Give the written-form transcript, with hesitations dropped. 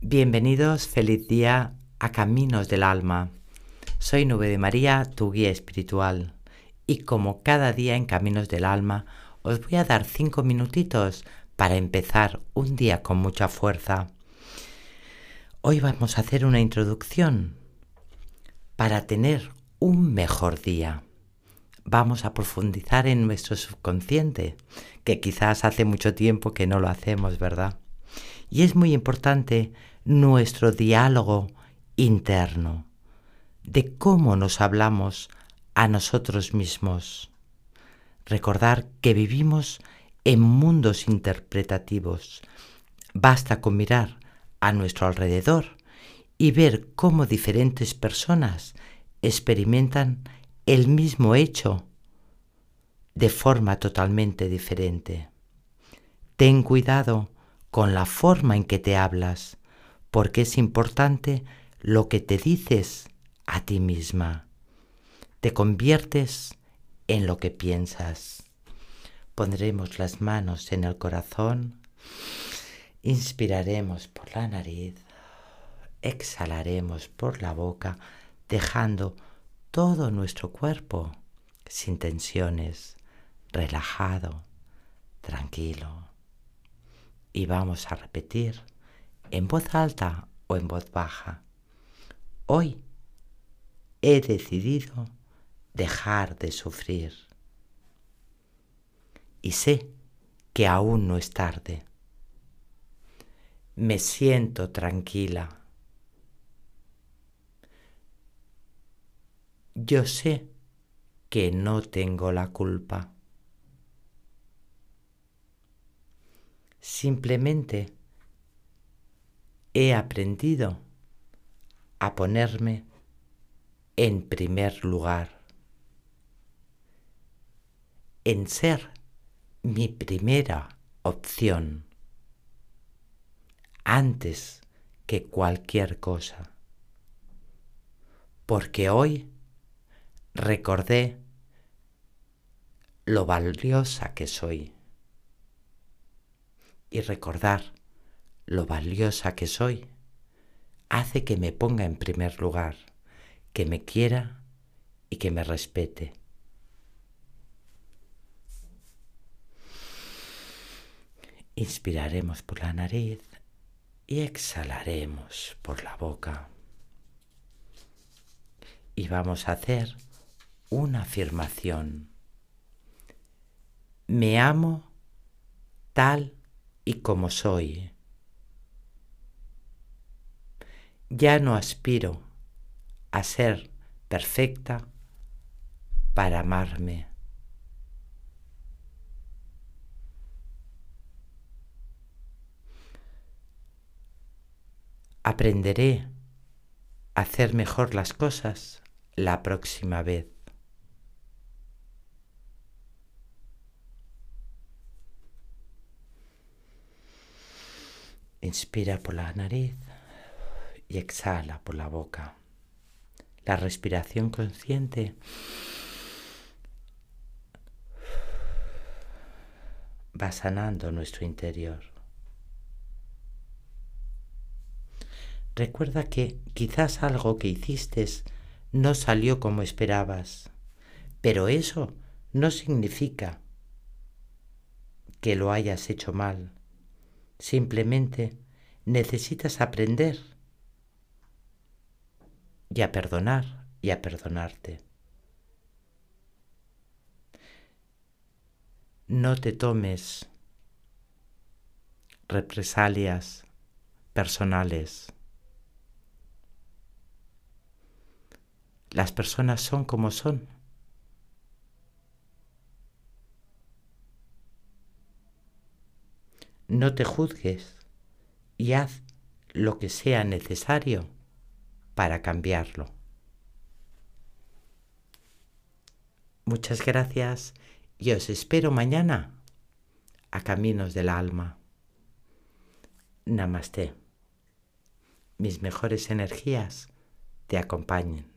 Bienvenidos, feliz día a Caminos del Alma. Soy Nube de María, tu guía espiritual. Y como cada día en Caminos del Alma, os voy a dar 5 minutitos para empezar un día con mucha fuerza. Hoy vamos a hacer una introducción para tener un mejor día. Vamos a profundizar en nuestro subconsciente, que quizás hace mucho tiempo que no lo hacemos, ¿verdad? Y es muy importante nuestro diálogo interno, de cómo nos hablamos a nosotros mismos. Recordar que vivimos en mundos interpretativos. Basta con mirar a nuestro alrededor y ver cómo diferentes personas experimentan el mismo hecho de forma totalmente diferente. Ten cuidado con la forma en que te hablas, porque es importante lo que te dices a ti misma. Te conviertes en lo que piensas. Pondremos las manos en el corazón, inspiraremos por la nariz, exhalaremos por la boca, dejando todo nuestro cuerpo sin tensiones, relajado, tranquilo. Y vamos a repetir en voz alta o en voz baja. Hoy he decidido dejar de sufrir. Y sé que aún no es tarde. Me siento tranquila. Yo sé que no tengo la culpa. Simplemente he aprendido a ponerme en primer lugar, en ser mi primera opción, antes que cualquier cosa. Porque hoy recordé lo valiosa que soy. Y recordar lo valiosa que soy hace que me ponga en primer lugar, que me quiera y que me respete. Inspiraremos por la nariz y exhalaremos por la boca. Y vamos a hacer una afirmación. Me amo tal y como soy. Ya no aspiro a ser perfecta para amarme. Aprenderé a hacer mejor las cosas la próxima vez. Inspira por la nariz y exhala por la boca. La respiración consciente va sanando nuestro interior. Recuerda que quizás algo que hiciste no salió como esperabas, pero eso no significa que lo hayas hecho mal. Simplemente necesitas aprender y a perdonar y a perdonarte. No te tomes represalias personales. Las personas son como son. No te juzgues y haz lo que sea necesario para cambiarlo. Muchas gracias y os espero mañana a Caminos del Alma. Namaste. Mis mejores energías te acompañen.